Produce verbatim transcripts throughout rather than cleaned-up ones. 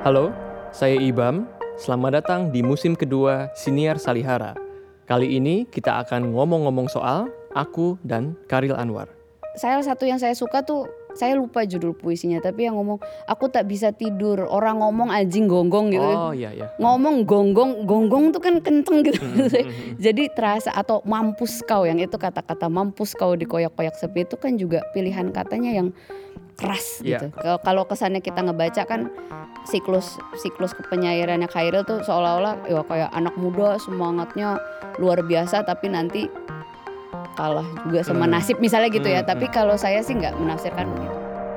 Halo, saya Ibam. Selamat datang di musim kedua Siniar Salihara. Kali ini kita akan ngomong-ngomong soal aku dan Chairil Anwar. Salah satu yang saya suka tuh, saya lupa judul puisinya, tapi yang ngomong aku tak bisa tidur, orang ngomong anjing gonggong gitu. Oh iya iya. Ngomong gonggong, gonggong tuh kan kenceng gitu. Jadi terasa, atau mampus kau, yang itu kata-kata mampus kau dikoyak-koyak sepi itu kan juga pilihan katanya yang keras gitu. Yeah. Kalau kesannya kita ngebaca kan siklus siklus kepenyairannya Chairil tuh seolah-olah ya kayak anak muda semangatnya luar biasa, tapi nanti kalah juga sama hmm. nasib misalnya gitu ya. Hmm. Tapi kalau saya sih nggak menafsirkan begitu.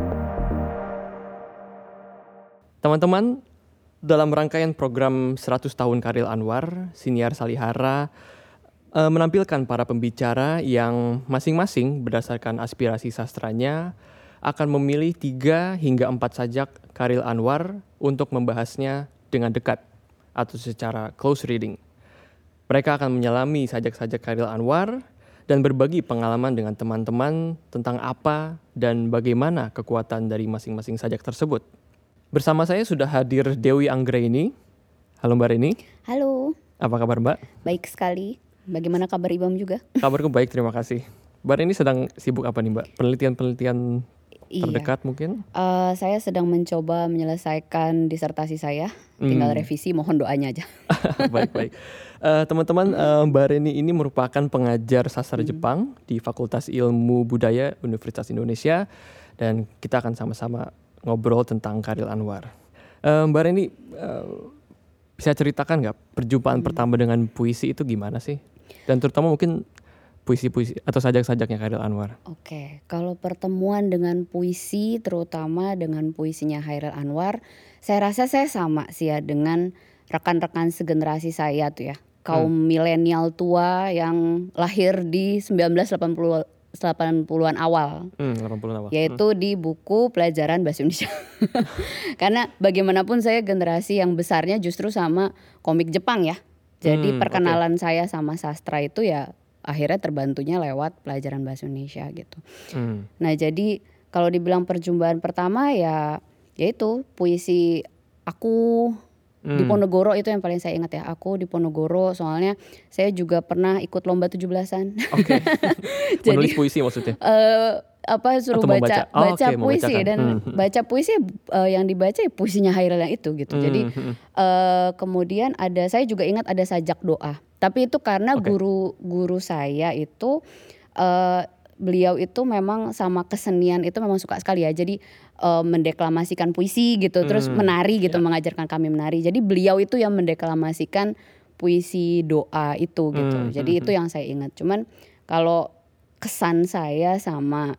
Teman-teman, dalam rangkaian program seratus tahun Chairil Anwar, Siniar Salihara eh, menampilkan para pembicara yang masing-masing berdasarkan aspirasi sastranya akan memilih tiga hingga empat sajak Chairil Anwar untuk membahasnya dengan dekat atau secara close reading. Mereka akan menyelami sajak-sajak Chairil Anwar dan berbagi pengalaman dengan teman-teman tentang apa dan bagaimana kekuatan dari masing-masing sajak tersebut. Bersama saya sudah hadir Dewi Anggraini. Halo Mbak Reni. Halo. Apa kabar Mbak? Baik sekali. Bagaimana kabar Ibam juga? Kabarku baik, terima kasih. Mbak Reni sedang sibuk apa nih Mbak? Penelitian-penelitian terdekat iya. mungkin? Uh, saya sedang mencoba menyelesaikan disertasi saya. Tinggal hmm. revisi, mohon doanya aja. Baik-baik. Uh, teman-teman, uh, Mbak Reni ini merupakan pengajar sastra hmm. Jepang di Fakultas Ilmu Budaya Universitas Indonesia. Dan kita akan sama-sama ngobrol tentang Chairil Anwar. Uh, Mbak Reni, uh, bisa ceritakan nggak perjumpaan hmm. pertama dengan puisi itu gimana sih? Dan terutama mungkin puisi-puisi atau sajak-sajaknya Chairil Anwar. Oke, kalau pertemuan dengan puisi, terutama dengan puisinya Chairil Anwar, saya rasa saya sama sih ya dengan rekan-rekan segenerasi saya tuh ya, kaum hmm. milenial tua yang lahir di sembilan belas delapan puluhan awal. Hmm, delapan puluhan awal. Yaitu hmm. di buku pelajaran bahasa Indonesia. Karena bagaimanapun saya generasi yang besarnya justru sama komik Jepang ya. Jadi hmm, perkenalan okay. saya sama sastra itu ya akhirnya terbantunya lewat pelajaran bahasa Indonesia gitu. Hmm. Nah jadi kalau dibilang perjumpaan pertama ya yaitu puisi aku hmm. di Ponorogo, itu yang paling saya ingat ya. Aku di Ponorogo, soalnya saya juga pernah ikut lomba tujuh belasan. Oke. Okay. Menulis puisi maksudnya? Uh, apa suruh Atau baca oh, baca okay, puisi dan hmm. baca puisi uh, yang dibaca ya puisinya Chairil yang itu gitu. Hmm. Jadi uh, kemudian ada, saya juga ingat ada sajak doa. Tapi itu karena okay. guru guru saya itu uh, beliau itu memang sama kesenian itu memang suka sekali ya. Jadi uh, mendeklamasikan puisi gitu, hmm. terus menari gitu, yeah. mengajarkan kami menari. Jadi beliau itu yang mendeklamasikan puisi doa itu gitu. Hmm. Jadi hmm. itu yang saya ingat. Cuman kalau kesan saya sama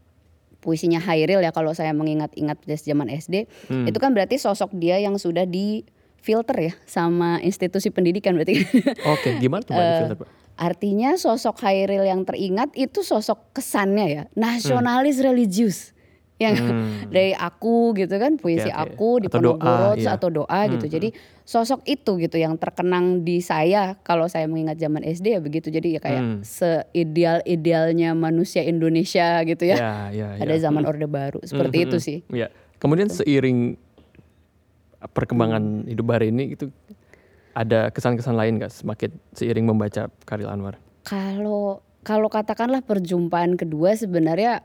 puisinya Chairil ya, kalau saya mengingat-ingat dari zaman S D, hmm. itu kan berarti sosok dia yang sudah di filter ya sama institusi pendidikan berarti. Oke, gimana tuh Mbak di filter, Pak? Artinya sosok Chairil yang teringat itu sosok kesannya ya, nasionalis hmm. religius. Yang hmm. dari aku gitu kan, puisi okay, okay. aku di Ponorogo iya. atau doa hmm. gitu. Jadi sosok itu gitu yang terkenang di saya kalau saya mengingat zaman S D ya begitu. Jadi ya kayak hmm. seideal-idealnya manusia Indonesia gitu ya. Ya, ya, ya. Ada zaman Orde Baru seperti hmm. itu sih. Ya. Kemudian gitu. Seiring perkembangan hmm. hidup hari ini itu ada kesan-kesan lain nggak semakin seiring membaca Chairil Anwar? Kalau kalau katakanlah perjumpaan kedua sebenarnya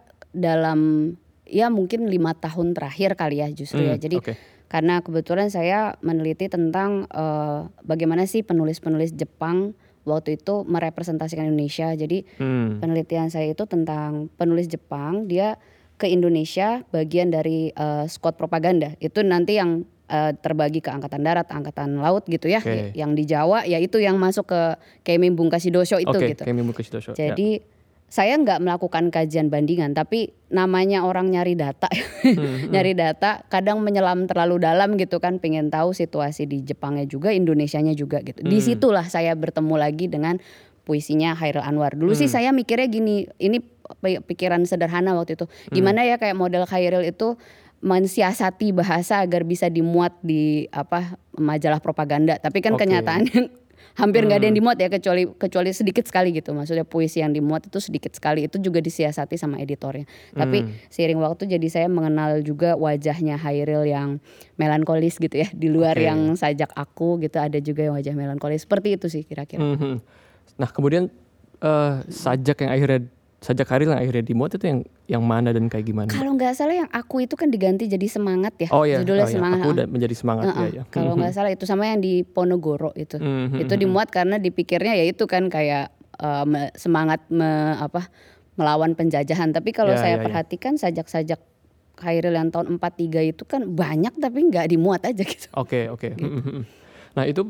dalam ya mungkin lima tahun terakhir kali ya justru hmm, ya. Jadi okay. karena kebetulan saya meneliti tentang uh, bagaimana sih penulis-penulis Jepang waktu itu merepresentasikan Indonesia. Jadi hmm. penelitian saya itu tentang penulis Jepang, dia ke Indonesia bagian dari uh, squad propaganda. Itu nanti yang uh, terbagi ke angkatan darat, angkatan laut gitu ya. Okay. Yang di Jawa ya itu yang masuk ke Keimim Bungkassidosho itu okay, gitu. Keimim Bungkassidosho. Jadi ya. Saya nggak melakukan kajian bandingan, tapi namanya orang nyari data, hmm, nyari data, kadang menyelam terlalu dalam gitu kan, pengen tahu situasi di Jepangnya juga, Indonesianya juga gitu. Hmm. Disitulah saya bertemu lagi dengan puisinya Chairil Anwar. Dulu hmm. sih saya mikirnya gini, ini pikiran sederhana waktu itu. Gimana ya kayak model Chairil itu mensiasati bahasa agar bisa dimuat di apa majalah propaganda. Tapi kan okay. kenyataannya hampir nggak Hmm. ada yang dimuat ya, kecuali kecuali sedikit sekali gitu. Maksudnya puisi yang dimuat itu sedikit sekali, itu juga disiasati sama editornya. Tapi Hmm. seiring waktu jadi saya mengenal juga wajahnya Hairil yang melankolis gitu ya, di luar Oke. yang sajak aku gitu, ada juga yang wajah melankolis. Seperti itu sih kira-kira. Mhm. Nah kemudian eh, sajak yang akhirnya sajak Hairil yang akhirnya dimuat itu yang yang mana dan kayak gimana, Mbak? Kalau nggak salah yang aku itu kan diganti jadi semangat ya, Oh ya, judulnya oh ya, semangat. aku ah. udah menjadi semangat Heeh, ya ya. Kalau nggak salah itu sama yang di Ponorogo itu. Mhm. Itu dimuat karena dipikirnya ya itu kan kayak eh, me- semangat me- apa melawan penjajahan. Tapi kalau Ya, saya ya, ya. perhatikan sajak-sajak Hairil yang tahun empat tiga itu kan banyak tapi nggak dimuat aja gitu. Oke oke. Gitu. Mhm. Nah itu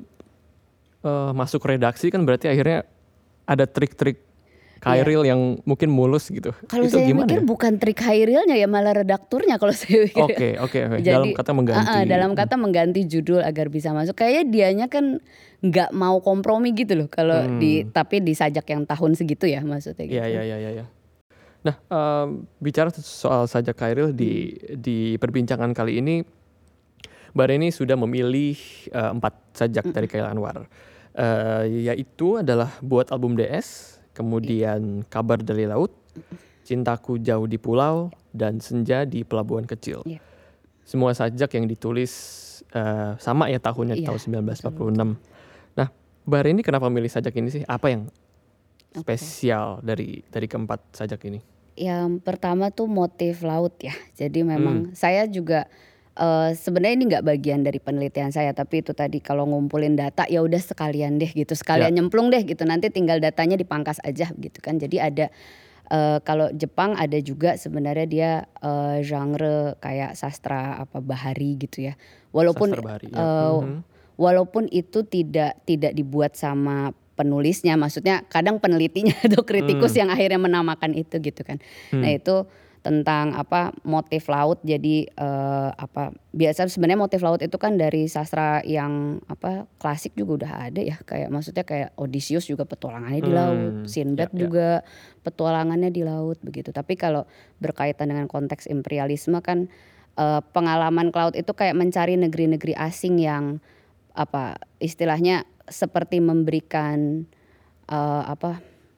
eh, masuk redaksi kan berarti akhirnya ada trik-trik Hairil yang mungkin mulus gitu. Kalau Itu saya gimana mikir ya? bukan trik Hairilnya ya, malah redakturnya kalau saya pikir. Oke oke oke. Jadi Dalam kata mengganti. ah, ah, dalam kata mengganti judul agar bisa masuk. Kayaknya dianya kan nggak mau kompromi gitu loh kalau Hmm. di tapi di sajak yang tahun segitu ya maksudnya gitu. Iya iya iya iya. Ya. Nah em, bicara soal sajak Hairil di di perbincangan kali ini, Mbak Reni sudah memilih eh, empat sajak dari Khairil Anwar, Eh, yaitu adalah Buat Album D S, kemudian Kabar dari Laut, Cintaku Jauh di Pulau, dan Senja di Pelabuhan Kecil. Iya. Semua sajak yang ditulis eh, sama ya tahunnya, Iya, tahun sembilan belas empat puluh enam. Nah, Mbak Reni kenapa milih sajak ini sih? Apa yang spesial dari dari keempat sajak ini? Yang pertama tuh motif laut ya. Jadi memang saya juga eh, sebenarnya ini nggak bagian dari penelitian saya, tapi itu tadi kalau ngumpulin data ya udah sekalian deh gitu, sekalian Ya. nyemplung deh gitu. Nanti tinggal datanya dipangkas aja gitu kan. Jadi ada eh, kalau Jepang ada juga sebenarnya dia eh, genre kayak sastra apa bahari gitu ya. Walaupun Sastra bahari, ya. eh, Mhm. walaupun itu tidak tidak dibuat sama penulisnya, maksudnya kadang penelitinya atau kritikus yang akhirnya menamakan itu gitu kan. Nah itu tentang apa motif laut. Jadi eh, apa biasa sebenarnya motif laut itu kan dari sastra yang apa klasik juga udah ada ya, kayak maksudnya kayak Odysseus juga petualangannya di laut, Hmm, Sinbad ya, ya. juga petualangannya di laut begitu. Tapi kalau berkaitan dengan konteks imperialisme kan eh, pengalaman ke laut itu kayak mencari negeri-negeri asing yang apa istilahnya seperti memberikan eh, apa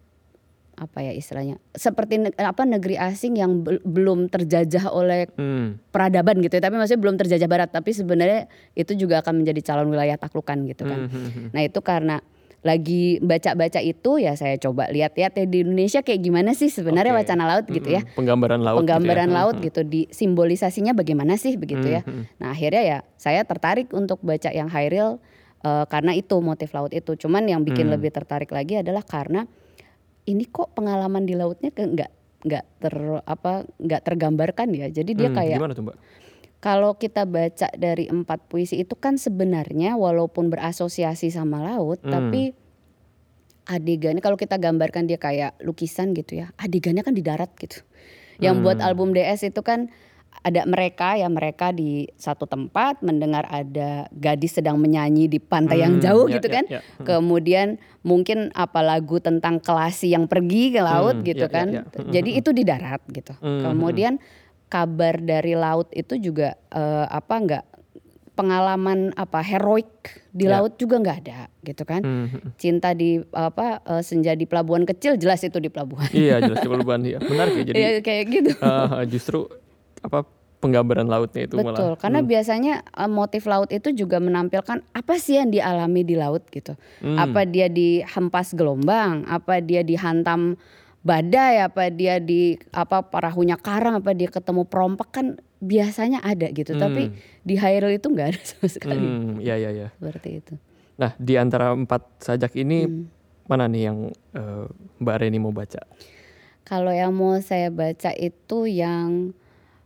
apa ya istilahnya seperti ne- apa negeri asing yang bel- belum terjajah oleh Hmm. peradaban gitu ya, tapi maksudnya belum terjajah barat, tapi sebenarnya itu juga akan menjadi calon wilayah taklukan gitu kan. Mhm. Nah itu karena lagi baca-baca itu ya saya coba lihat-lihat ya di Indonesia kayak gimana sih sebenarnya Oke. wacana laut gitu ya. Mhm. Penggambaran laut. Penggambaran gitu ya. laut Mhm. gitu, di simbolisasinya bagaimana sih begitu ya. Mhm. Nah akhirnya ya saya tertarik untuk baca yang Hairil eh, karena itu motif laut itu. Cuman yang bikin Hmm. lebih tertarik lagi adalah karena ini kok pengalaman di lautnya ke nggak nggak ter apa nggak tergambarkan ya. Jadi dia Hmm, kayak gimana tuh, Mbak? kalau kita baca dari empat puisi itu kan sebenarnya walaupun berasosiasi sama laut, Hmm. tapi adegannya kalau kita gambarkan dia kayak lukisan gitu ya, adegannya kan di darat gitu. Yang buat Hmm. album D S itu kan ada mereka ya mereka di satu tempat mendengar ada gadis sedang menyanyi di pantai yang Hmm, jauh ya, gitu ya, kan. ya. Hmm. Kemudian mungkin apa lagu tentang kelasi yang pergi ke laut Hmm, gitu ya, ya, kan. ya. Hmm, Jadi hmm, itu di darat gitu. Hmm, Kemudian kabar dari laut itu juga eh, apa enggak pengalaman apa heroik di Ya. laut juga nggak ada gitu kan. Hmm, hmm. Cinta di apa eh, senja di pelabuhan kecil jelas itu di pelabuhan. Iya jelas di pelabuhan ya. Menarik ya. Jadi Iya kayak gitu. eh, justru apa penggambaran lautnya itu malah. Betul, karena Hmm. biasanya eh, motif laut itu juga menampilkan apa sih yang dialami di laut gitu. Hmm. Apa dia dihempas gelombang, apa dia dihantam badai, apa dia di apa perahunya karang, apa dia ketemu perompak kan biasanya ada gitu. Hmm. Tapi di Hairil itu nggak ada sama sekali. Hmm, ya ya ya. Seperti itu. Nah di antara empat sajak ini Hmm. mana nih yang eh, Mbak Reni mau baca? Kalau yang mau saya baca itu yang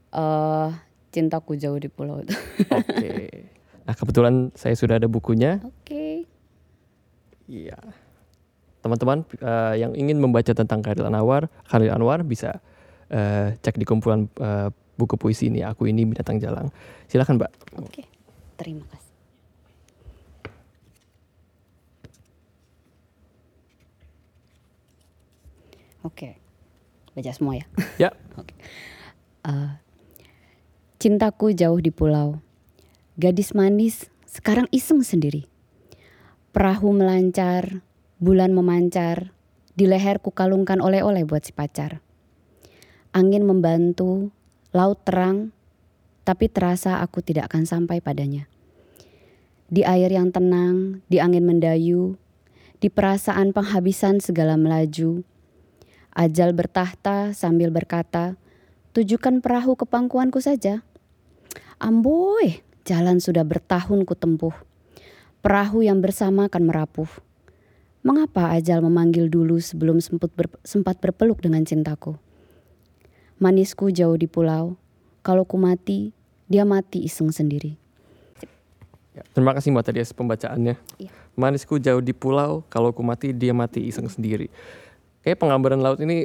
eh Cintaku Jauh di Pulau itu. Oke. Nah kebetulan saya sudah ada bukunya. Oke. Iya. Teman-teman eh, yang ingin membaca tentang Khairil Anwar, Khairil Anwar bisa eh, cek di kumpulan eh, buku puisi ini, Aku Ini Binatang Jalang. Silakan, Mbak. Oke. Terima kasih. Oke. Baca semua ya. Ya. Oke. Eh, Cintaku jauh di pulau, gadis manis sekarang iseng sendiri. Perahu melancar, bulan memancar, di leher ku kalungkan oleh-oleh buat si pacar. Angin membantu, laut terang, tapi terasa aku tidak akan sampai padanya. Di air yang tenang, di angin mendayu, di perasaan penghabisan segala melaju. Ajal bertahta sambil berkata, tujukan perahu ke pangkuanku saja. Amboi, jalan sudah bertahun ku tempuh. Perahu yang bersama akan merapuh. Mengapa ajal memanggil dulu sebelum sempat, ber, sempat berpeluk dengan cintaku? Manisku jauh di pulau, kalau ku mati, dia mati iseng sendiri. Ya, terima kasih Mbak tadi atas pembacaannya. Iya. Manisku jauh di pulau, kalau ku mati dia mati iseng sendiri. Kayak penggambaran laut ini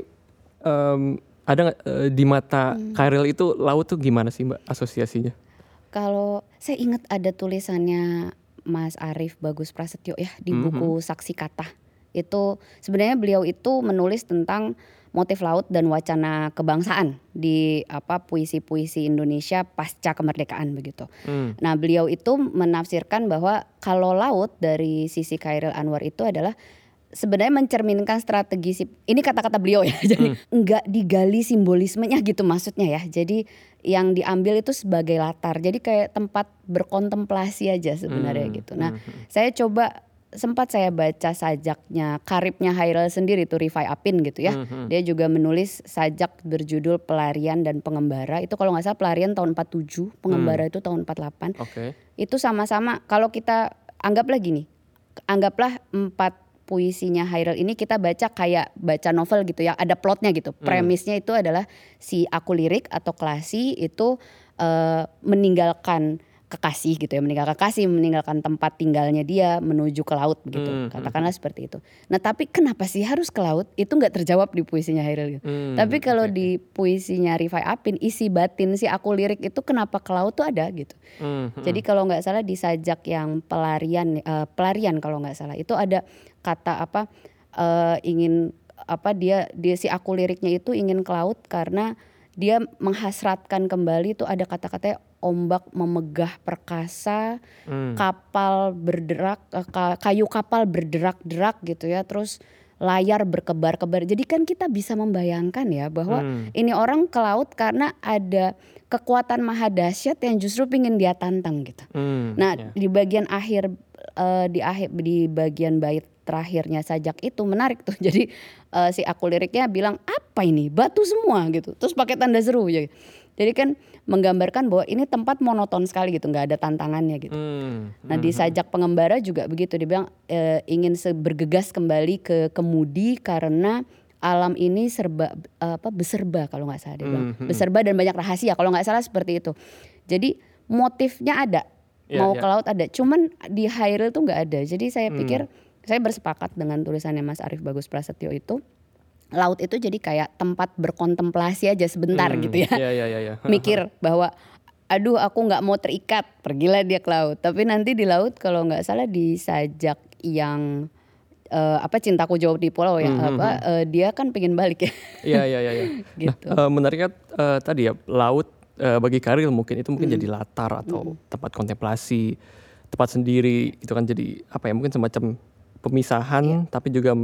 um, ada nggak uh, di mata hmm. Chairil itu laut tuh gimana sih Mbak asosiasinya? Kalau saya ingat ada tulisannya Mas Arief Bagus Prasetyo ya di buku mm-hmm. Saksi Kata. Itu sebenarnya beliau itu menulis tentang motif laut dan wacana kebangsaan di apa puisi-puisi Indonesia pasca kemerdekaan begitu. Mm. Nah, beliau itu menafsirkan bahwa kalau laut dari sisi Chairil Anwar itu adalah sebenarnya mencerminkan strategi, ini kata-kata beliau ya, jadi hmm. enggak digali simbolismenya gitu maksudnya ya. Jadi yang diambil itu sebagai latar, jadi kayak tempat berkontemplasi aja sebenarnya hmm. gitu. Nah hmm. saya coba, sempat saya baca sajaknya, karibnya Chairil sendiri tuh Rifai Apin gitu ya. Hmm. Dia juga menulis sajak berjudul Pelarian dan Pengembara, itu kalau gak salah Pelarian tahun empat puluh tujuh, Pengembara hmm. itu tahun empat puluh delapan. Okay. Itu sama-sama, kalau kita anggaplah gini, anggaplah empat puisinya Chairil ini kita baca kayak baca novel gitu ya, ada plotnya gitu. Premisnya itu adalah si aku lirik atau Klasi itu uh, meninggalkan kekasih gitu ya, meninggalkan kekasih, meninggalkan tempat tinggalnya dia menuju ke laut begitu. Hmm. Katakanlah seperti itu. Nah, tapi kenapa sih harus ke laut? Itu nggak terjawab di puisinya Chairil gitu. Hmm. Tapi kalau okay. di puisinya Rifai Apin, isi batin si aku lirik itu kenapa ke laut tuh ada gitu. Hmm. Jadi kalau nggak salah di sajak yang pelarian, uh, pelarian kalau nggak salah itu ada kata apa uh, ingin apa dia dia si aku liriknya itu ingin ke laut karena dia menghasratkan kembali tuh ada kata-katanya ombak memegah perkasa, hmm. kapal berderak, kayu kapal berderak-derak gitu ya, terus layar berkebar-kebar. Jadi kan kita bisa membayangkan ya bahwa hmm. ini orang ke laut karena ada kekuatan maha dahsyat yang justru pingin dia tantang gitu. Hmm, nah yeah. di bagian akhir uh, di akhir di bagian bait terakhirnya sajak itu menarik tuh. Jadi uh, si aku liriknya bilang apa ini batu semua gitu. Terus pakai tanda seru ya. Jadi kan menggambarkan bahwa ini tempat monoton sekali gitu, nggak ada tantangannya gitu. Hmm, nah di sajak Pengembara juga begitu, dia bilang e, ingin bergegas kembali ke kemudi karena alam ini serba apa beserba kalau nggak salah dia bilang hmm, beserba dan banyak rahasia kalau nggak salah seperti itu. Jadi motifnya ada, yeah, mau yeah. ke laut ada, cuman di Chairil tuh nggak ada. Jadi saya pikir hmm. saya bersepakat dengan tulisannya Mas Arief Bagus Prasetyo itu. Laut itu jadi kayak tempat berkontemplasi aja sebentar hmm, gitu ya. Iya, iya, iya. Mikir bahwa aduh aku gak mau terikat, pergilah dia ke laut. Tapi nanti di laut kalau gak salah di sajak yang uh, apa Cintaku Jauh di Pulau ya, hmm, apa hmm. Uh, dia kan pengen balik ya. Iya, iya, iya. Gitu. Nah, uh, menariknya uh, tadi ya laut uh, bagi Chairil mungkin itu mungkin hmm. jadi latar atau hmm. tempat kontemplasi, tempat sendiri itu kan jadi apa ya mungkin semacam pemisahan yeah. tapi juga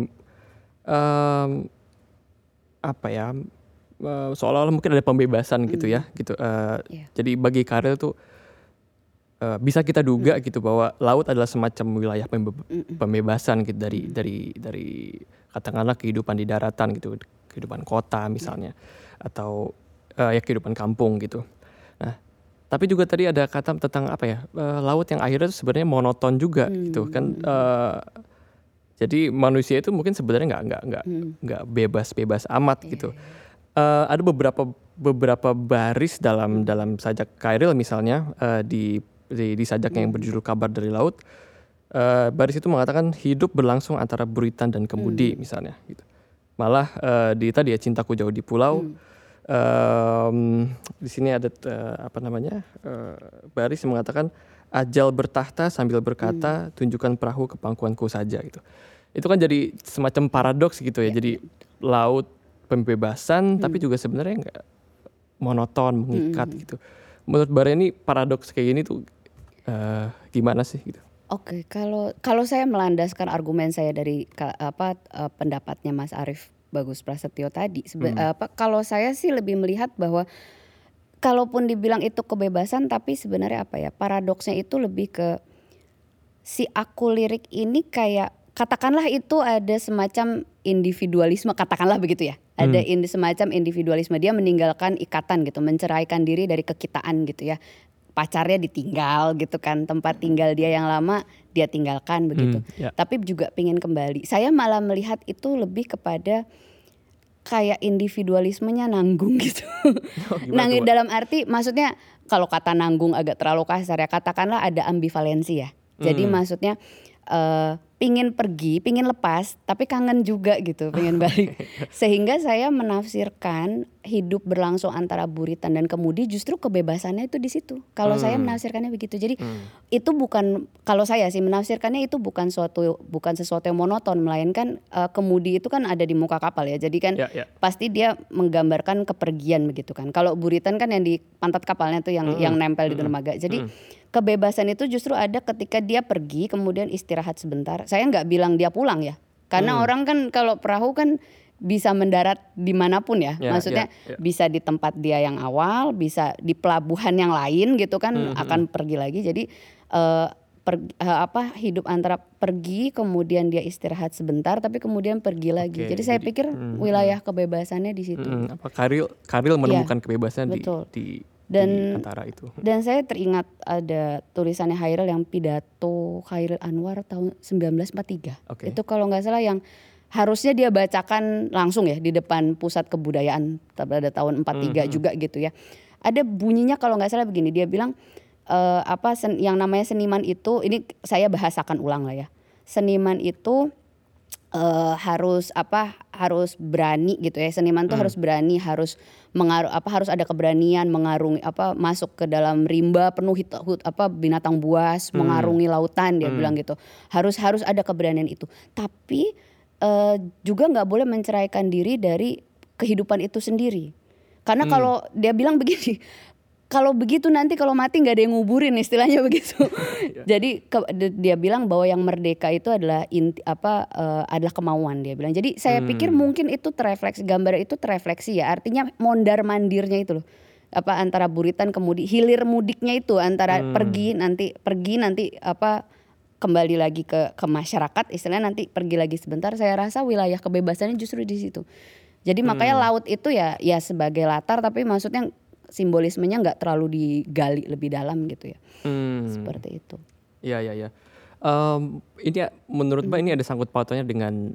um, apa ya uh, seolah-olah mungkin ada pembebasan mm. gitu ya gitu uh, yeah. jadi bagi Chairil tuh uh, bisa kita duga mm. gitu bahwa laut adalah semacam wilayah pembe- pembebasan gitu dari mm. dari dari katakanlah kehidupan di daratan gitu, kehidupan kota misalnya mm. atau uh, ya kehidupan kampung gitu. Nah tapi juga tadi ada kata tentang apa ya uh, laut yang akhirnya tuh sebenarnya monoton juga mm. gitu kan. Uh, Jadi manusia itu mungkin sebenarnya nggak nggak nggak nggak hmm. bebas-bebas amat yeah. gitu. Uh, ada beberapa beberapa baris dalam dalam sajak Chairil misalnya uh, di, di di sajak hmm. yang berjudul Kabar dari Laut. Uh, baris itu mengatakan hidup berlangsung antara buritan dan kemudi hmm. misalnya. Gitu. Malah uh, di tadi ya Cintaku Jauh di Pulau. Hmm. Um, di sini ada uh, apa namanya uh, baris yang mengatakan ajal bertahta sambil berkata hmm. tunjukkan perahu ke pangkuanku saja gitu. Itu kan jadi semacam paradoks gitu ya. ya. Jadi laut pembebasan hmm. tapi juga sebenarnya nggak monoton, mengikat hmm. gitu. Menurut Bara ini paradoks kayak gini tuh uh, gimana sih gitu? Oke, kalau kalau saya melandaskan argumen saya dari ka- apa eh, pendapatnya Mas Arief Bagus Prasetyo tadi, sebe- Hmm. apa kalau saya sih lebih melihat bahwa kalaupun dibilang itu kebebasan, tapi sebenarnya apa ya, paradoksnya itu lebih ke si aku lirik ini kayak katakanlah itu ada semacam individualisme, katakanlah begitu ya. Ada Hmm. indi, semacam individualisme, dia meninggalkan ikatan gitu, menceraikan diri dari kekitaan gitu ya. Pacarnya ditinggal gitu kan, tempat tinggal dia yang lama dia tinggalkan begitu. Hmm, ya. Tapi juga pengen kembali. Saya malah melihat itu lebih kepada kayak individualismenya nanggung gitu. Oh, gimana tuh, Nanggung Mbak? dalam arti maksudnya kalau kata nanggung agak terlalu kasar ya, katakanlah ada ambivalensi ya. Jadi Hmm. maksudnya eh pingin pergi, pingin lepas, tapi kangen juga gitu, pengen balik. Sehingga saya menafsirkan hidup berlangsung antara buritan dan kemudi justru kebebasannya itu di situ. Kalau saya Hmm. menafsirkannya begitu. Jadi Hmm. itu bukan, kalau saya sih menafsirkannya itu bukan suatu bukan sesuatu yang monoton, melainkan eh, kemudi itu kan ada di muka kapal ya. Jadi kan Ya, ya. pasti dia menggambarkan kepergian begitu kan. Kalau buritan kan yang di pantat kapalnya tuh yang Mm-mm. yang nempel di Mm-mm. dermaga. Jadi Mm-mm. kebebasan itu justru ada ketika dia pergi kemudian istirahat sebentar. Saya nggak bilang dia pulang ya, karena Hmm. orang kan kalau perahu kan bisa mendarat dimanapun ya, Ya, maksudnya ya, ya. bisa di tempat dia yang awal, bisa di pelabuhan yang lain gitu kan, Hmm, hmm, akan pergi lagi. Jadi eh, per- eh, apa hidup antara pergi kemudian dia istirahat sebentar, tapi kemudian pergi lagi. Oke, Jadi saya jadi pikir hmm, wilayah kebebasannya di situ. hmm, apa Karil Karil menemukan kebebasan di betul. di Dan di antara itu. dan saya teringat ada tulisannya Hairil yang pidato Hairil Anwar tahun sembilan belas empat puluh tiga. Oke. Itu kalau nggak salah yang harusnya dia bacakan langsung ya di depan pusat kebudayaan pada tahun empat puluh tiga Mhm. juga gitu ya. Ada bunyinya kalau nggak salah begini, dia bilang eh, apa sen, yang namanya seniman itu, ini saya bahasakan ulang lah ya. Seniman itu Uh, harus apa harus berani gitu ya, seniman tuh Hmm. harus berani, harus mengaruh apa harus ada keberanian mengarungi apa masuk ke dalam rimba penuh hit, hut, apa binatang buas, Hmm. mengarungi lautan, dia Hmm. bilang gitu, harus harus ada keberanian itu, tapi uh, juga nggak boleh menceraikan diri dari kehidupan itu sendiri, karena Hmm. kalau dia bilang begini, kalau begitu nanti kalau mati nggak ada yang nguburin, istilahnya begitu. Jadi ke, dia bilang bahwa yang merdeka itu adalah inti, apa uh, adalah kemauan, dia bilang. Jadi saya Hmm. pikir mungkin itu terefleksi, gambar itu terefleksi ya, artinya mondar mandirnya itu loh, apa antara buritan kemudi, hilir mudiknya itu antara Hmm. pergi nanti pergi nanti apa kembali lagi ke ke masyarakat, istilahnya nanti pergi lagi sebentar. Saya rasa wilayah kebebasannya justru di situ. Jadi makanya Hmm. laut itu ya ya sebagai latar, tapi maksudnya simbolismenya nggak terlalu digali lebih dalam gitu ya. Hmm. Seperti itu. Ya, ya, ya. Em, ini ya, menurut Mbak ini ada sangkut pautnya dengan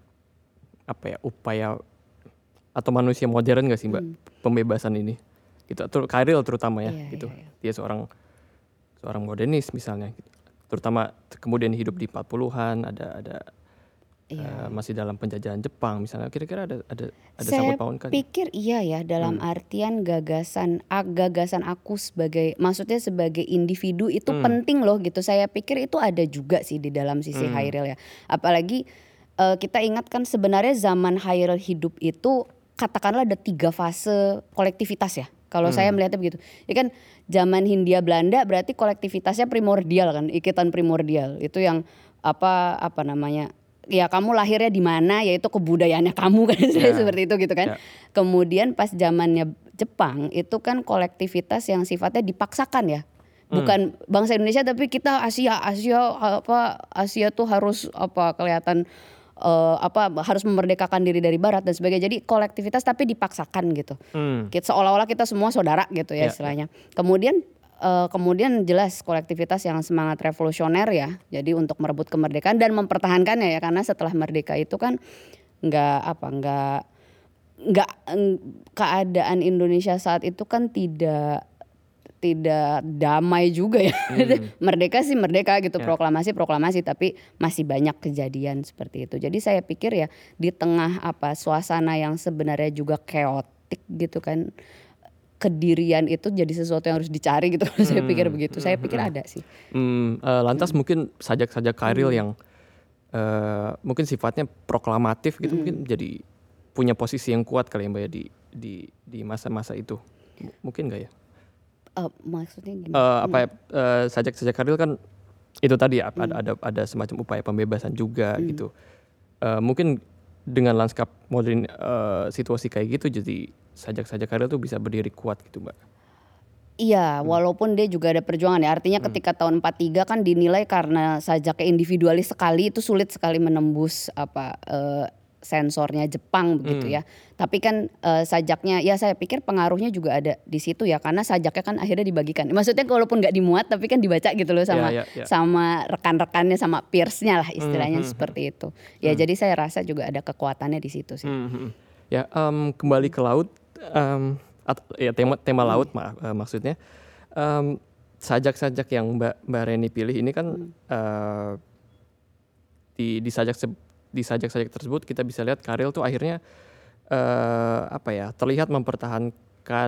apa ya, upaya atau manusia modern nggak sih Mbak, Hmm. pembebasan ini? Gitu, ter- Karil terutama ya, Iya, gitu. iya, iya. Dia seorang seorang modernis misalnya, gitu. Terutama t- kemudian hidup di empat puluhan, ada ada Iya. eh, masih dalam penjajahan Jepang misalnya. Kira-kira ada ada ada Saya sangkut paut kan? pikir iya ya, dalam Hmm. artian gagasan a- gagasan aku sebagai, maksudnya sebagai individu itu Hmm. penting loh gitu. Saya pikir itu ada juga sih di dalam sisi Hmm. Hairil ya. Apalagi eh, kita ingat kan sebenarnya zaman Hairil hidup itu katakanlah ada tiga fase kolektivitas ya. Kalau Hmm. saya melihatnya begitu. Ya kan zaman Hindia Belanda berarti kolektivitasnya primordial kan, ikatan primordial. Itu yang apa apa namanya? Ya kamu lahirnya di mana, yaitu kebudayaannya kamu kan, Ya. seperti itu gitu kan. Ya. Kemudian pas zamannya Jepang itu kan kolektivitas yang sifatnya dipaksakan ya. Hmm. Bukan bangsa Indonesia tapi kita Asia, Asia apa Asia tuh harus apa kelihatan eh, apa harus memerdekakan diri dari barat dan sebagainya. Jadi kolektivitas tapi dipaksakan gitu. Hmm. Kita seolah-olah kita semua saudara gitu ya Ya, istilahnya. Kemudian eh, kemudian jelas kolektivitas yang semangat revolusioner ya. Jadi untuk merebut kemerdekaan dan mempertahankannya ya, karena setelah merdeka itu kan nggak apa nggak nggak eng- keadaan Indonesia saat itu kan tidak tidak damai juga ya. Hmm. Merdeka sih merdeka gitu, Ya. proklamasi proklamasi, tapi masih banyak kejadian seperti itu. Jadi saya pikir ya di tengah apa suasana yang sebenarnya juga keotik gitu kan, kedirian itu jadi sesuatu yang harus dicari gitu. Saya Hmm. pikir begitu. Saya pikir Hmm. ada sih. Hmm, eh, lantas mungkin sajak-sajak Karil Hmm. yang eh, mungkin sifatnya proklamatif gitu, Hmm. mungkin jadi punya posisi yang kuat kali ya Mbak ya di di di masa-masa itu. M- Mungkin nggak ya? Eh, maksudnya gimana? Eh, apa ya, eh, sajak-sajak Karil kan itu tadi ya, Hmm. ada ada ada semacam upaya pembebasan juga Hmm. gitu. Uh, mungkin dengan lanskap modern uh, situasi kayak gitu, jadi sajak-sajak karil tuh bisa berdiri kuat gitu Mbak. Iya, Hmm. walaupun dia juga ada perjuangan ya. Artinya Hmm. ketika tahun empat puluh tiga kan dinilai karena sajaknya individualis sekali, itu sulit sekali menembus apa eh, sensornya Jepang begitu Hmm. ya. Tapi kan eh, sajaknya, ya saya pikir pengaruhnya juga ada di situ ya, karena sajaknya kan akhirnya dibagikan. Maksudnya walaupun nggak dimuat, tapi kan dibaca gitu loh sama Ya, ya, ya. sama rekan-rekannya, sama peersnya lah istilahnya Hmm, hmm, seperti itu. Ya Hmm. jadi saya rasa juga ada kekuatannya di situ sih. Hmm, hmm. Ya um, kembali ke laut, um, at, ya tema tema Hmm. laut maaf, uh, maksudnya um, sajak-sajak yang Mbak Mbak Reni pilih ini kan Hmm. uh, di di sajak se- di sajak-sajak tersebut kita bisa lihat karil tuh akhirnya uh, apa ya, terlihat mempertahankan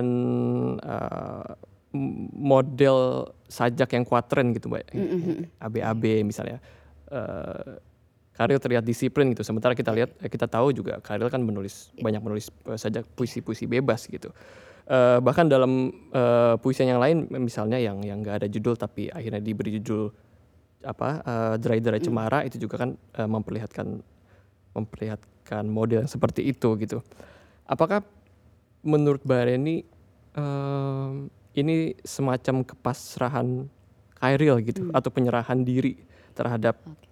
uh, m- model sajak yang kuadran gitu Mbak, Mm-mm. A B A B misalnya. Uh, Karil terlihat disiplin gitu, sementara kita lihat kita tahu juga Karil kan menulis banyak menulis uh, sajak puisi-puisi bebas gitu. Uh, bahkan dalam uh, puisi yang lain misalnya yang yang nggak ada judul tapi akhirnya diberi judul apa uh, Derai-derai Cemara, itu juga kan uh, memperlihatkan memperlihatkan model yang seperti itu gitu. Apakah menurut Mbak Reni um, ini semacam kepasrahan Karil gitu, Hmm. atau penyerahan diri terhadap Oke.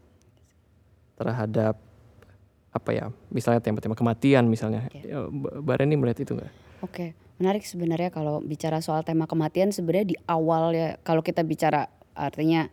terhadap apa ya, misalnya tema-tema kematian misalnya. Oke. Ya, Mbak Mbak Reni melihat itu nggak? Oke, menarik sebenarnya kalau bicara soal tema kematian. Sebenarnya di awal ya, kalau kita bicara artinya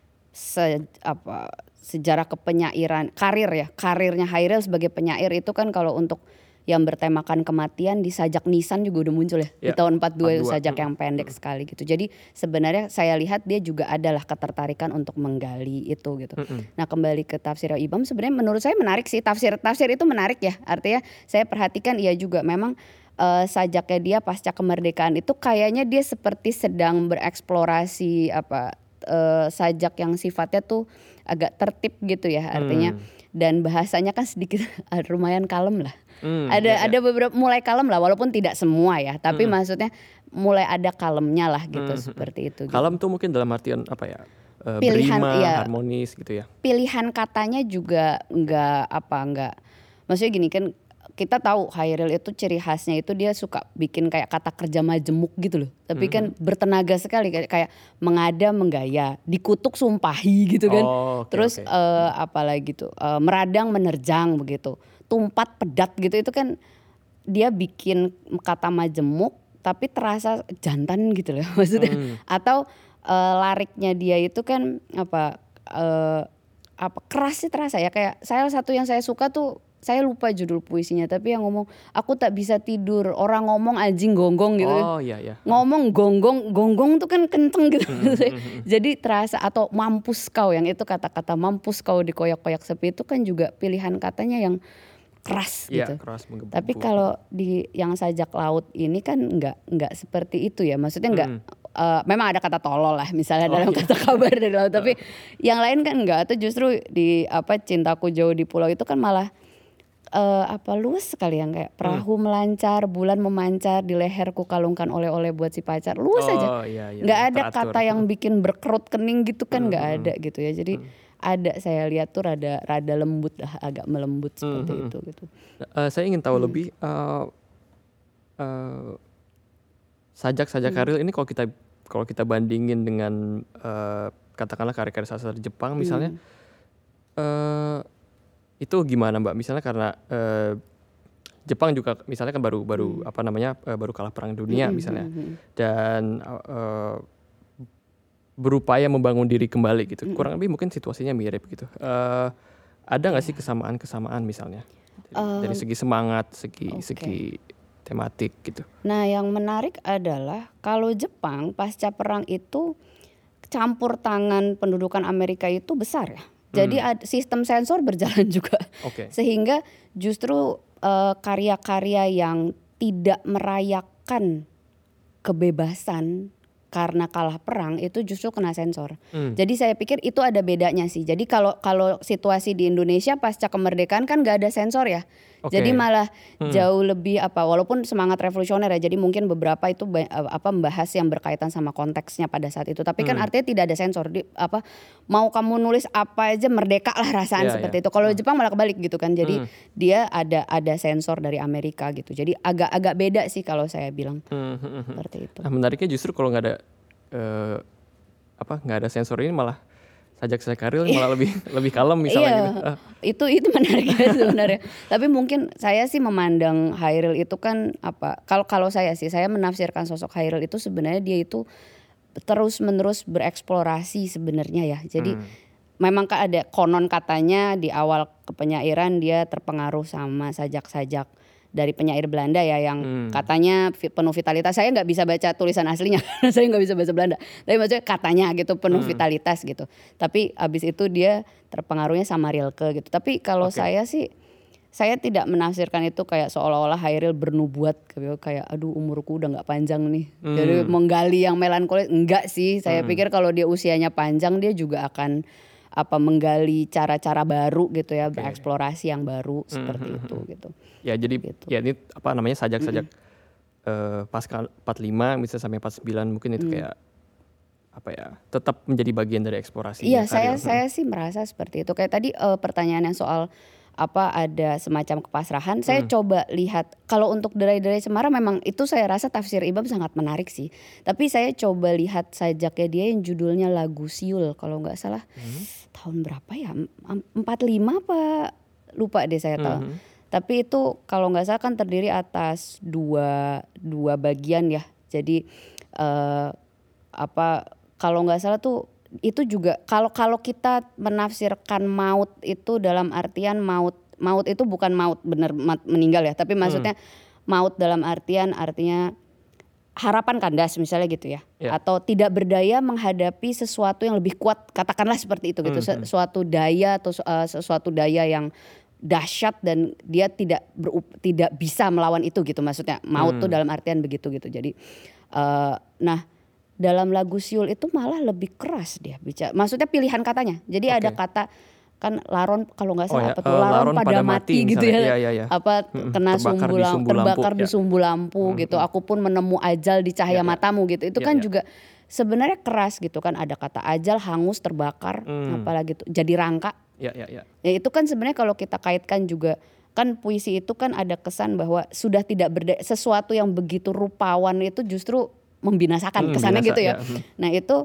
se, apa, sejarah kepenyairan karir ya, karirnya Hairil sebagai penyair itu kan kalau untuk yang bertemakan kematian di sajak Nisan juga udah muncul ya, di Ya, tahun empat puluh dua itu empat puluh dua. sajak Mm, yang pendek mm. sekali gitu. Jadi sebenarnya saya lihat dia juga adalah ketertarikan untuk menggali itu gitu. Mm-mm. Nah kembali ke tafsir Ibam, sebenarnya menurut saya menarik sih, tafsir tafsir itu menarik ya. Artinya saya perhatikan iya juga memang eh, sajaknya dia pasca kemerdekaan itu kayaknya dia seperti sedang bereksplorasi apa eh, sajak yang sifatnya tuh agak tertib gitu ya artinya. Hmm. Dan bahasanya kan sedikit lumayan kalem lah. Hmm, Ada ya, ya. ada beberapa mulai kalem lah, walaupun tidak semua ya, tapi Mm-mm. maksudnya mulai ada kalemnya lah gitu, Mm-mm. seperti itu gitu. Kalem tuh mungkin dalam artian apa ya? Uh, Pilihan, berima, iya. harmonis gitu ya. Pilihan katanya juga enggak apa enggak. Maksudnya gini kan, kita tahu Hairil itu ciri khasnya itu dia suka bikin kayak kata kerja majemuk gitu loh. Tapi kan Mhm. bertenaga sekali, kayak kayak mengada menggaya, dikutuk sumpahi gitu kan. Oh, oke, Terus oke. eh, apalagi gitu, eh, meradang menerjang begitu. Tumpat pedat gitu, itu kan dia bikin kata majemuk tapi terasa jantan gitu loh maksudnya. Hmm. Atau eh, lariknya dia itu kan apa eh, apa keras sih terasa ya, kayak salah satu yang saya suka tuh, saya lupa judul puisinya tapi yang ngomong aku tak bisa tidur, orang ngomong anjing gonggong gitu kan. Oh iya ya. Ngomong gonggong, gonggong tuh kan kenceng gitu. Hmm, hmm, hmm. Jadi terasa, atau mampus kau, yang itu kata-kata mampus kau dikoyak-koyak sepi itu kan juga pilihan katanya yang keras Iya, gitu. keras menggebu. Tapi kalau di yang sajak laut ini kan nggak nggak seperti itu ya. Maksudnya nggak Hmm. eh, memang ada kata tolol lah misalnya Oh, dalam iya. kata kabar dari laut, tapi yang lain kan enggak. Atau justru di apa Cintaku Jauh di Pulau itu kan malah eh, apa luas sekali, yang kayak perahu melancar, bulan memancar, di leherku kalungkan oleh-oleh buat si pacar. Luas aja. Oh iya, iya. Nggak ada Teratur. kata yang bikin berkerut kening gitu kan, Hmm, nggak hmm, ada gitu ya. Jadi ada, saya lihat tuh rada rada lembut lah, agak melembut seperti Hmm, hmm. itu gitu. Uh, saya ingin tahu Hmm. lebih uh, uh, sajak-sajak Hmm. Karil ini kalau kita kalau kita bandingin dengan uh, katakanlah karya-karya sastra Jepang misalnya, Hmm. uh, itu gimana Mbak? Misalnya karena uh, Jepang juga misalnya kan baru baru Hmm. apa namanya uh, baru kalah perang dunia Hmm, misalnya, hmm, hmm. dan uh, berupaya membangun diri kembali gitu. Mm-mm. Kurang lebih mungkin situasinya mirip gitu. Uh, ada nggak sih kesamaan-kesamaan misalnya dari, dari Um, segi semangat, segi oke. segi tematik gitu. Nah yang menarik adalah kalau Jepang pasca perang itu campur tangan pendudukan Amerika itu besar ya. Jadi Hmm. ad- sistem sensor berjalan juga. Oke. Sehingga justru eh, karya-karya yang tidak merayakan kebebasan karena kalah perang itu justru kena sensor. Hmm. Jadi saya pikir itu ada bedanya sih. Jadi kalau kalau situasi di Indonesia pasca kemerdekaan kan nggak ada sensor ya. Okay. Jadi malah hmm. jauh lebih apa, walaupun semangat revolusioner ya, jadi mungkin beberapa itu apa membahas yang berkaitan sama konteksnya pada saat itu. Tapi kan hmm. artinya tidak ada sensor. Di, apa mau kamu nulis apa aja merdeka lah rasaan yeah, seperti yeah. itu. Kalau hmm. Jepang malah kebalik gitu kan. Jadi hmm. dia ada ada sensor dari Amerika gitu. Jadi agak-agak beda sih kalau saya bilang hmm. seperti itu. Nah, menariknya justru kalau nggak ada uh, apa nggak ada sensor ini malah sajak-sajak Karyl malah lebih lebih kalem misalnya iya, gitu. Uh. Itu itu menarik ya sebenarnya. Tapi mungkin saya sih memandang Chairil itu kan apa? Kalau kalau saya sih saya menafsirkan sosok Chairil itu sebenarnya dia itu terus-menerus bereksplorasi sebenarnya ya. Jadi hmm. memang ada konon katanya di awal kepenyairan dia terpengaruh sama sajak-sajak dari penyair Belanda ya yang hmm. katanya penuh vitalitas. Saya nggak bisa baca tulisan aslinya karena saya nggak bisa bahasa Belanda. Tapi maksudnya katanya gitu penuh hmm. vitalitas gitu. Tapi abis itu dia terpengaruhnya sama Rilke gitu. Tapi kalau okay. saya sih saya tidak menafsirkan itu kayak seolah-olah Chairil bernubuat kayak aduh umurku udah nggak panjang nih. Hmm. Jadi menggali yang melankolis enggak sih. Saya hmm. pikir kalau dia usianya panjang dia juga akan apa menggali cara-cara baru gitu ya, okay. bereksplorasi yang baru mm-hmm. seperti itu gitu. Ya jadi gitu. Ya ini apa namanya sajak-sajak mm-hmm. uh, pasca empat puluh lima bisa sampai empat puluh sembilan mungkin itu mm. kayak apa ya, tetap menjadi bagian dari eksplorasi. Iya, saya saya sih merasa seperti itu. Kayak tadi uh, pertanyaan yang soal apa ada semacam kepasrahan. Saya hmm. coba lihat kalau untuk Derai-Derai Cemara memang itu saya rasa tafsir Ibam sangat menarik sih. Tapi saya coba lihat sajaknya dia yang judulnya Lagu Siul kalau nggak salah hmm. tahun berapa ya empat puluh lima apa lupa deh saya tahu. Hmm. Tapi itu kalau nggak salah kan terdiri atas dua dua bagian ya. Jadi uh, apa kalau nggak salah tuh itu juga kalau kalau kita menafsirkan maut itu dalam artian maut maut itu bukan maut benar meninggal ya, tapi maksudnya hmm. maut dalam artian artinya harapan kandas misalnya gitu ya, yeah. atau tidak berdaya menghadapi sesuatu yang lebih kuat, katakanlah seperti itu gitu, hmm. sesuatu daya atau uh, sesuatu daya yang dahsyat dan dia tidak berup, tidak bisa melawan itu gitu, maksudnya maut hmm. tuh dalam artian begitu gitu. Jadi uh, nah dalam Lagu Siul itu malah lebih keras dia bicara. Maksudnya pilihan katanya. Jadi okay. ada kata kan laron kalau nggak salah oh, ya. apa tuh uh, laron, laron pada, pada mati, mati gitu ya. Ya, ya, ya. Apa hmm, kena terbakar sumbu, di sumbu terbakar lampu, di sumbu lampu ya. gitu. Hmm. Aku pun menemu ajal di cahaya ya, matamu gitu. Itu ya, kan ya. juga sebenarnya keras gitu kan. Ada kata ajal, hangus, terbakar, hmm. apalagi tuh jadi rangka. Ya, ya, ya. Ya itu kan sebenarnya kalau kita kaitkan juga kan puisi itu kan ada kesan bahwa sudah tidak berdaya, sesuatu yang begitu rupawan itu justru membinasakan hmm, kesannya binasa, gitu ya. ya. Hmm. Nah itu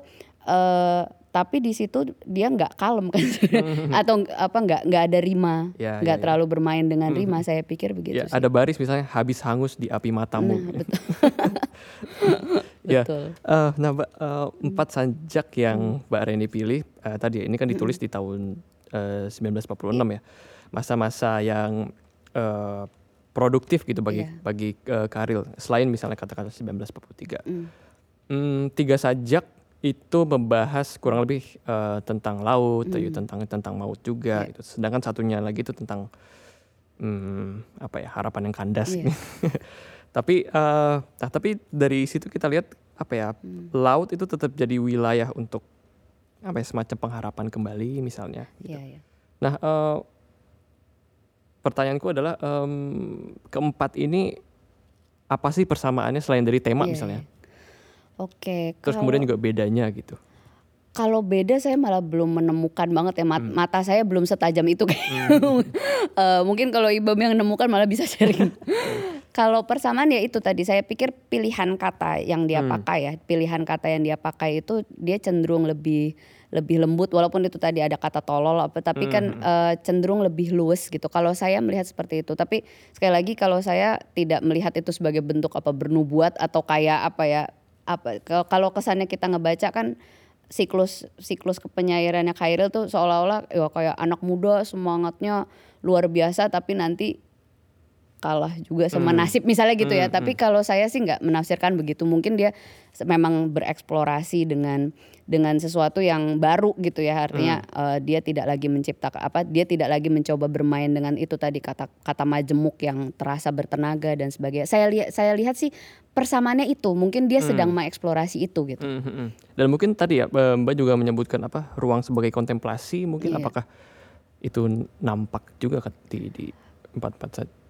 uh, tapi di situ dia nggak kalem kan hmm. atau apa nggak nggak ada rima, nggak ya, ya, terlalu ya. bermain dengan rima. Hmm. Saya pikir begitu. Ya, sih. Ada baris misalnya habis hangus di api matamu. Nah, betul. ya. betul. Uh, nah uh, empat sajak yang Mbak Reni pilih uh, tadi ini kan ditulis hmm. di tahun uh, sembilan belas empat puluh enam ya, masa-masa yang uh, produktif gitu bagi yeah. bagi uh, Chairil selain misalnya kata-kata sembilan belas empat puluh tiga. Mm. Hmm, tiga sajak itu membahas kurang lebih uh, tentang laut, mm. tentang tentang maut juga. Yeah. Gitu. Sedangkan satunya lagi itu tentang hmm, apa ya harapan yang kandas. Yeah. tapi uh, nah, tapi dari situ kita lihat apa ya mm. laut itu tetap jadi wilayah untuk apa ya semacam pengharapan kembali misalnya. Gitu. Yeah, yeah. Nah. Uh, Pertanyaanku adalah um, keempat ini apa sih persamaannya selain dari tema yeah. misalnya? Oke. Terus kalau, kemudian juga bedanya gitu. Kalau beda saya malah belum menemukan banget ya Mat- hmm. mata saya belum setajam itu kayak. Hmm. uh, mungkin kalau Ibam yang menemukan malah bisa sharing. Kalau persamaan ya itu tadi saya pikir pilihan kata yang dia hmm. pakai ya, pilihan kata yang dia pakai itu dia cenderung lebih lebih lembut walaupun itu tadi ada kata tolol apa tapi hmm. kan uh, cenderung lebih luwes gitu. Kalau saya melihat seperti itu. Tapi sekali lagi kalau saya tidak melihat itu sebagai bentuk apa bernubuat atau kayak apa ya apa kalau kesannya kita ngebaca kan siklus siklus kepenyairannya Chairil tuh seolah-olah ya kayak anak muda semangatnya luar biasa tapi nanti kalah juga sama hmm. nasib misalnya gitu ya. Hmm, Tapi hmm. kalau saya sih nggak menafsirkan begitu. Mungkin dia memang bereksplorasi dengan dengan sesuatu yang baru gitu ya. Artinya hmm. uh, dia tidak lagi menciptakan apa, dia tidak lagi mencoba bermain dengan itu tadi kata kata majemuk yang terasa bertenaga dan sebagainya. Saya lihat saya lihat sih persamaannya itu. Mungkin dia hmm. sedang mengeksplorasi itu gitu. Hmm, hmm, hmm. Dan mungkin tadi ya Mbak juga menyebutkan apa ruang sebagai kontemplasi. Mungkin yeah. apakah itu nampak juga di di empat empat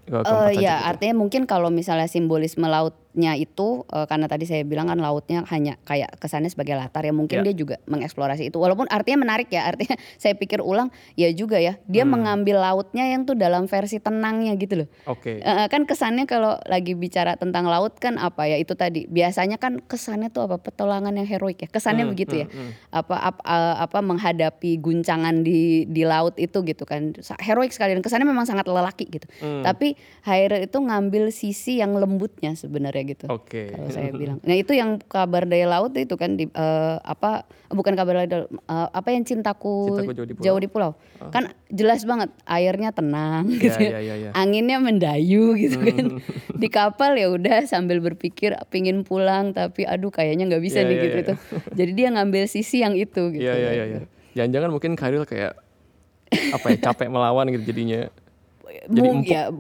ke Uh, keempat sajak ya itu? artinya mungkin kalau misalnya simbolisme lautnya itu uh, karena tadi saya bilang kan lautnya hanya kayak kesannya sebagai latar ya mungkin Ya. dia juga mengeksplorasi itu walaupun artinya menarik ya artinya saya pikir ulang ya juga ya dia Hmm. mengambil lautnya yang tuh dalam versi tenangnya gitu loh. Oke. Uh, kan kesannya kalau lagi bicara tentang laut kan apa ya itu tadi biasanya kan kesannya tuh apa petualangan yang heroik ya kesannya Hmm, begitu hmm, ya hmm. apa ap- uh, apa menghadapi guncangan di di laut itu gitu kan heroik sekali dan kesannya memang sangat lelaki gitu. Hmm. Tapi Hairil itu ngambil sisi yang lembutnya sebenarnya gitu. Oke. Kalau saya bilang. Nah, itu yang kabar daya laut itu kan di uh, apa bukan kabar daya uh, apa yang cintaku, Cintaku Jauh di Pulau. Jauh di Pulau. Oh. Kan jelas banget airnya tenang gitu Ya, ya. ya, ya, ya. Anginnya mendayu gitu kan. Hmm. Di kapal ya udah sambil berpikir pingin pulang tapi aduh kayaknya nggak bisa Ya, nih ya, gitu ya. itu. Jadi dia ngambil sisi yang itu gitu. Iya, iya, iya, iya. Jangan-jangan mungkin Khairil kayak apa ya capek melawan gitu jadinya. Jadi Mung, empuk. ya,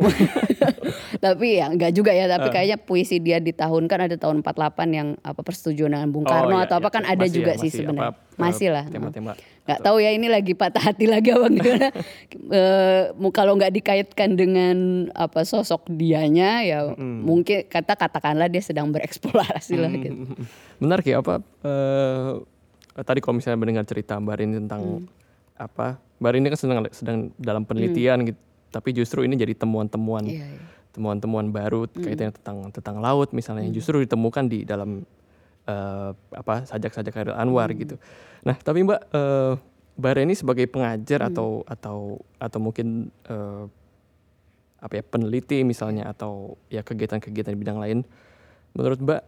tapi ya enggak juga ya tapi Uh. kayaknya puisi dia di tahun kan ada tahun empat puluh delapan yang apa persetujuan dengan Bung Oh, Karno iya, atau apa iya. kan ada Masih juga ya, sih masih sebenarnya apa, uh, masih lah tema-tema nggak atau- tahu ya ini lagi patah hati lagi apa gimana Eh, mu- kalau nggak dikaitkan dengan apa sosok dianya ya Mm. mungkin kata katakanlah dia sedang bereksplorasi lah gitu. Hmm. Menarik ya apa eh tadi kalau misalnya mendengar cerita Mbak Rini tentang Hmm. apa Mbak Rini kan sedang sedang dalam penelitian gitu tapi justru ini jadi temuan-temuan Iya, iya. temuan-temuan baru kaitannya tentang tentang laut misalnya yang justru ditemukan di dalam eh, apa sajak-sajak Khairil Anwar gitu. Nah tapi Mbak eh, Mbak Rini sebagai pengajar atau atau atau mungkin eh, apa ya peneliti misalnya atau ya kegiatan-kegiatan di bidang lain, menurut Mbak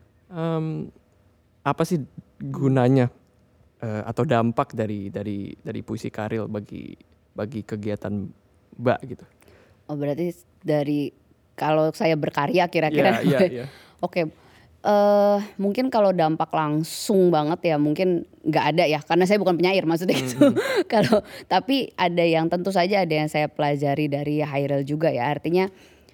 em, apa sih gunanya eh, atau dampak dari dari dari puisi Khairil bagi bagi kegiatan Mbak gitu? Oh berarti dari kalau saya berkarya kira-kira. Iya, iya, iya. Oke, eh mungkin kalau dampak langsung banget ya mungkin nggak ada ya karena saya bukan penyair maksudnya itu. Kalau tapi ada yang tentu saja ada yang saya pelajari dari Hairil juga ya artinya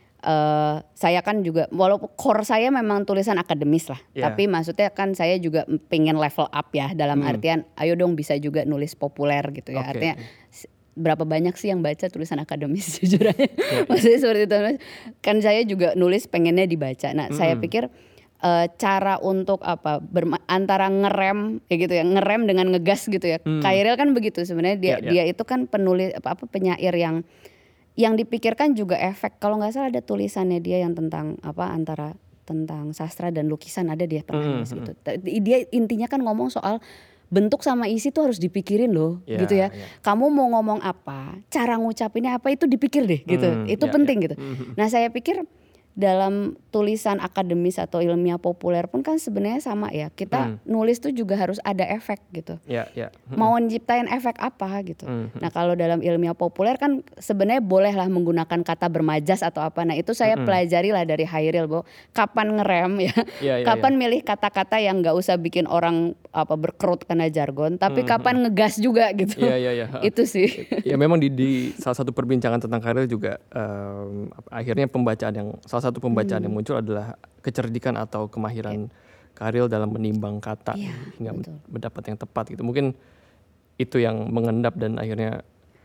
eh saya kan juga walaupun core saya memang tulisan akademis lah, Yeah. tapi maksudnya kan saya juga pengen level up ya dalam Hmm. artian ayo dong bisa juga nulis populer gitu ya Oke. artinya s- berapa banyak sih yang baca tulisan akademis jujur aja. Ya, Maksudnya seperti itu kan saya juga nulis pengennya dibaca. Nah saya Mm-mm. pikir eh, cara untuk apa berma- antara ngerem ya gitu ya ngerem dengan ngegas gitu ya. Hmm. Khairil kan begitu sebenarnya dia Ya, ya. dia itu kan penulis apa, apa penyair yang yang dipikirkan juga efek. Kalau nggak salah ada tulisannya dia yang tentang apa antara tentang sastra dan lukisan ada dia pernah Hmm, nulis hmm. gitu. Dia intinya kan ngomong soal bentuk sama isi tuh harus dipikirin loh Ya, gitu ya. ya. Kamu mau ngomong apa, cara ngucapinnya apa itu dipikir deh gitu. Hmm, Itu ya, penting ya. gitu. Mhm. Nah saya pikir dalam tulisan akademis atau ilmiah populer pun kan sebenarnya sama ya. Kita Hmm. nulis tuh juga harus ada efek gitu. Ya, ya. Mau nyiptain efek apa gitu. Mhm. Nah kalau dalam ilmiah populer kan sebenarnya bolehlah menggunakan kata bermajas atau apa. Nah itu saya Mm-mm. pelajari lah dari Hairil bahwa kapan ngerem ya, Ya, ya, kapan milih kata-kata yang nggak usah bikin orang apa berkerut karena jargon, tapi Mhm. kapan ngegas juga gitu. Iya, iya, iya. Itu sih. Ya memang di, di salah satu perbincangan tentang Khairil juga em, apa- akhirnya pembacaan yang salah satu pembacaan Hmm. yang muncul adalah kecerdikan atau kemahiran Khairil dalam menimbang kata Iya, hingga betul. mendapat yang tepat gitu. Mungkin itu yang mengendap dan akhirnya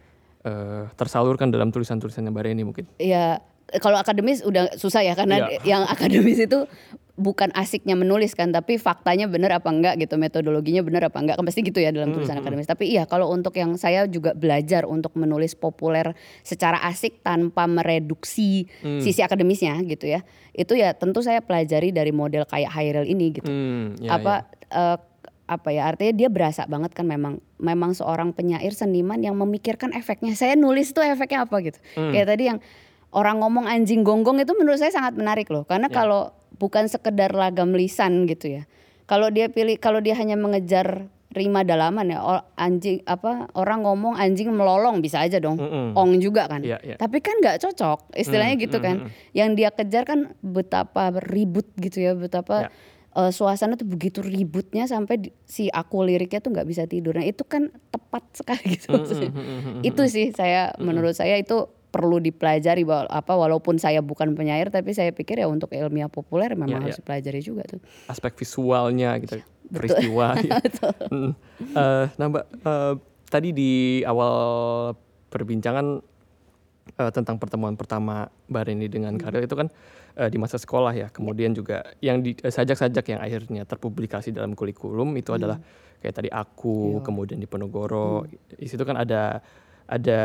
eh, tersalurkan dalam tulisan-tulisannya Mbak Reni mungkin. Ya kalau akademis udah susah ya karena Iya. yang akademis itu bukan asiknya menulis kan tapi faktanya benar apa enggak gitu metodologinya benar apa enggak kan pasti gitu ya dalam tulisan Mhm. akademis tapi iya kalau untuk yang saya juga belajar untuk menulis populer secara asik tanpa mereduksi Hmm. sisi akademisnya gitu ya itu ya tentu saya pelajari dari model kayak Hairil ini gitu Hmm, ya, apa eh, apa ya artinya dia berasa banget kan memang memang seorang penyair seniman yang memikirkan efeknya saya nulis tuh efeknya apa gitu Hmm. kayak tadi yang orang ngomong anjing gonggong itu menurut saya sangat menarik loh karena Ya. kalau bukan sekedar lagam lisan gitu ya kalau dia pilih kalau dia hanya mengejar rima dalaman ya o- anjing apa orang ngomong anjing melolong bisa aja dong Mm-mm. ong juga kan Iya, iya. tapi kan nggak cocok istilahnya Hmm, gitu hmm, kan hmm. yang dia kejar kan betapa ribut gitu ya betapa Ya. eh, suasana tuh begitu ributnya sampai di- si aku liriknya tuh nggak bisa tidur. Nah itu kan tepat sekali gitu Mm, maksudnya. mm, mm, mm, Itu sih saya menurut saya itu perlu dipelajari bahwa apa walaupun saya bukan penyair tapi saya pikir ya untuk ilmiah populer memang Ya, harus ya. dipelajari juga tuh. Aspek visualnya gitu peristiwa ya. Mm. Eh, nah Mbak eh, tadi di awal perbincangan uh, tentang pertemuan pertama Mbak Reni dengan Karil itu kan uh, di masa sekolah ya. Kemudian juga yang di uh, sajak-sajak yang akhirnya terpublikasi dalam kurikulum itu hmm. adalah kayak tadi Aku, Yo. kemudian Diponegoro. Hmm. Di situ kan ada ada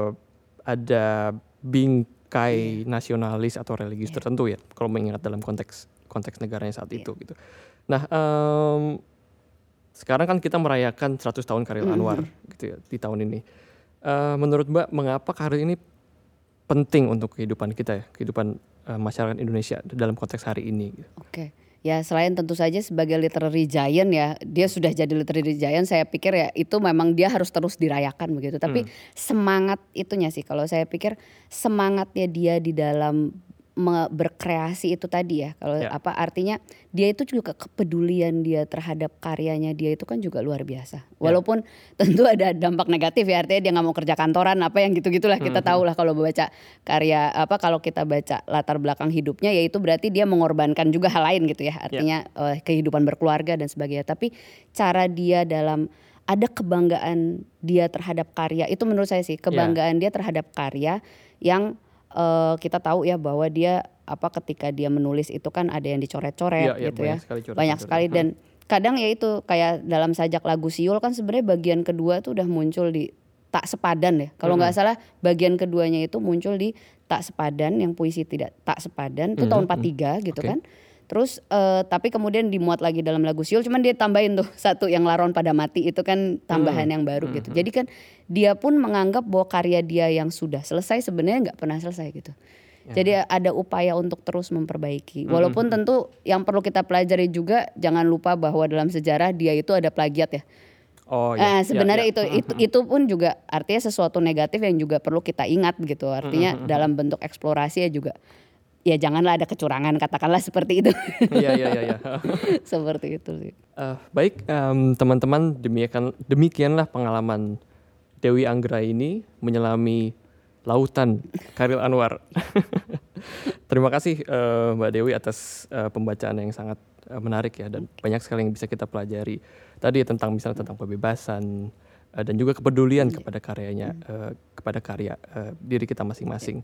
ada bingkai yeah. nasionalis atau religius yeah. tertentu ya. Kalau mengingat dalam konteks konteks negaranya saat yeah. itu gitu. Nah, um, sekarang kan kita merayakan seratus tahun Karil mm-hmm. Anwar gitu ya di tahun ini. Uh, menurut Mbak, mengapa Karil ini penting untuk kehidupan kita ya, kehidupan uh, masyarakat Indonesia dalam konteks hari ini? Gitu. Oke, ya selain tentu saja sebagai literary giant ya, dia sudah jadi literary giant. Saya pikir ya itu memang dia harus terus dirayakan begitu. Tapi hmm. semangat itunya sih, kalau saya pikir semangatnya dia di dalam berkreasi itu tadi ya, kalau ya. apa artinya dia itu juga kepedulian dia terhadap karyanya dia itu kan juga luar biasa. Walaupun ya. tentu ada dampak negatif ya, artinya dia nggak mau kerja kantoran apa yang gitu-gitulah kita mm-hmm. tahu lah kalau baca karya apa kalau kita baca latar belakang hidupnya ya itu berarti dia mengorbankan juga hal lain gitu ya, artinya ya. Uh, kehidupan berkeluarga dan sebagainya. Tapi cara dia dalam ada kebanggaan dia terhadap karya itu menurut saya sih kebanggaan ya. dia terhadap karya yang Uh, kita tahu ya bahwa dia apa ketika dia menulis itu kan ada yang dicoret-coret ya, gitu ya, ya. Sekali banyak sekali dan kadang ya itu kayak dalam sajak lagu Siul kan sebenarnya bagian kedua tuh udah muncul di Tak Sepadan ya kalau nggak hmm. salah bagian keduanya itu muncul di Tak Sepadan yang puisi tidak tak sepadan itu hmm. tahun empat puluh tiga gitu okay. kan. Terus uh, tapi kemudian dimuat lagi dalam lagu Siul, cuman dia tambahin tuh satu yang Laron Pada Mati itu kan tambahan hmm. yang baru hmm. gitu. Jadi kan dia pun menganggap bahwa karya dia yang sudah selesai sebenarnya nggak pernah selesai gitu. Ya. Jadi ada upaya untuk terus memperbaiki. Walaupun hmm. tentu yang perlu kita pelajari juga jangan lupa bahwa dalam sejarah dia itu ada plagiat ya. Oh iya. Nah, sebenarnya ya, ya. itu itu itu pun juga artinya sesuatu negatif yang juga perlu kita ingat gitu. Artinya hmm. dalam bentuk eksplorasi ya juga. Ya janganlah ada kecurangan katakanlah seperti itu. Iya iya iya. Seperti itu sih. Uh, baik um, teman-teman demikian demikianlah pengalaman Dewi Anggra ini menyelami lautan Karil Anwar. Terima kasih uh, Mbak Dewi atas uh, pembacaan yang sangat uh, menarik ya dan banyak sekali yang bisa kita pelajari. Tadi tentang misalnya tentang kebebasan uh, dan juga kepedulian kepada karyanya uh, kepada karya uh, diri kita masing-masing.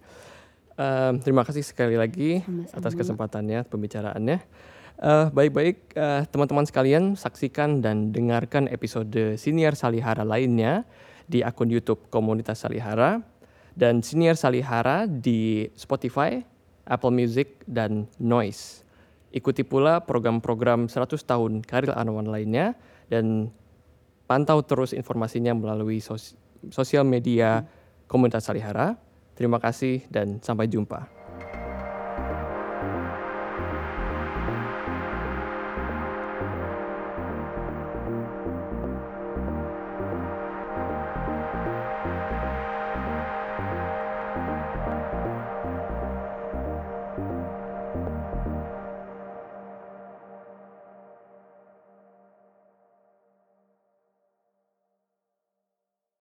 Um, terima kasih sekali lagi Sama-sama. atas kesempatannya, pembicaraannya. Uh, baik-baik uh, teman-teman sekalian, saksikan dan dengarkan episode Siniar Salihara lainnya di akun YouTube Komunitas Salihara dan Siniar Salihara di Spotify, Apple Music, dan Noise. Ikuti pula program-program seratus tahun Karil Anwar lainnya dan pantau terus informasinya melalui sos- sosial media Komunitas Salihara. Terima kasih dan sampai jumpa.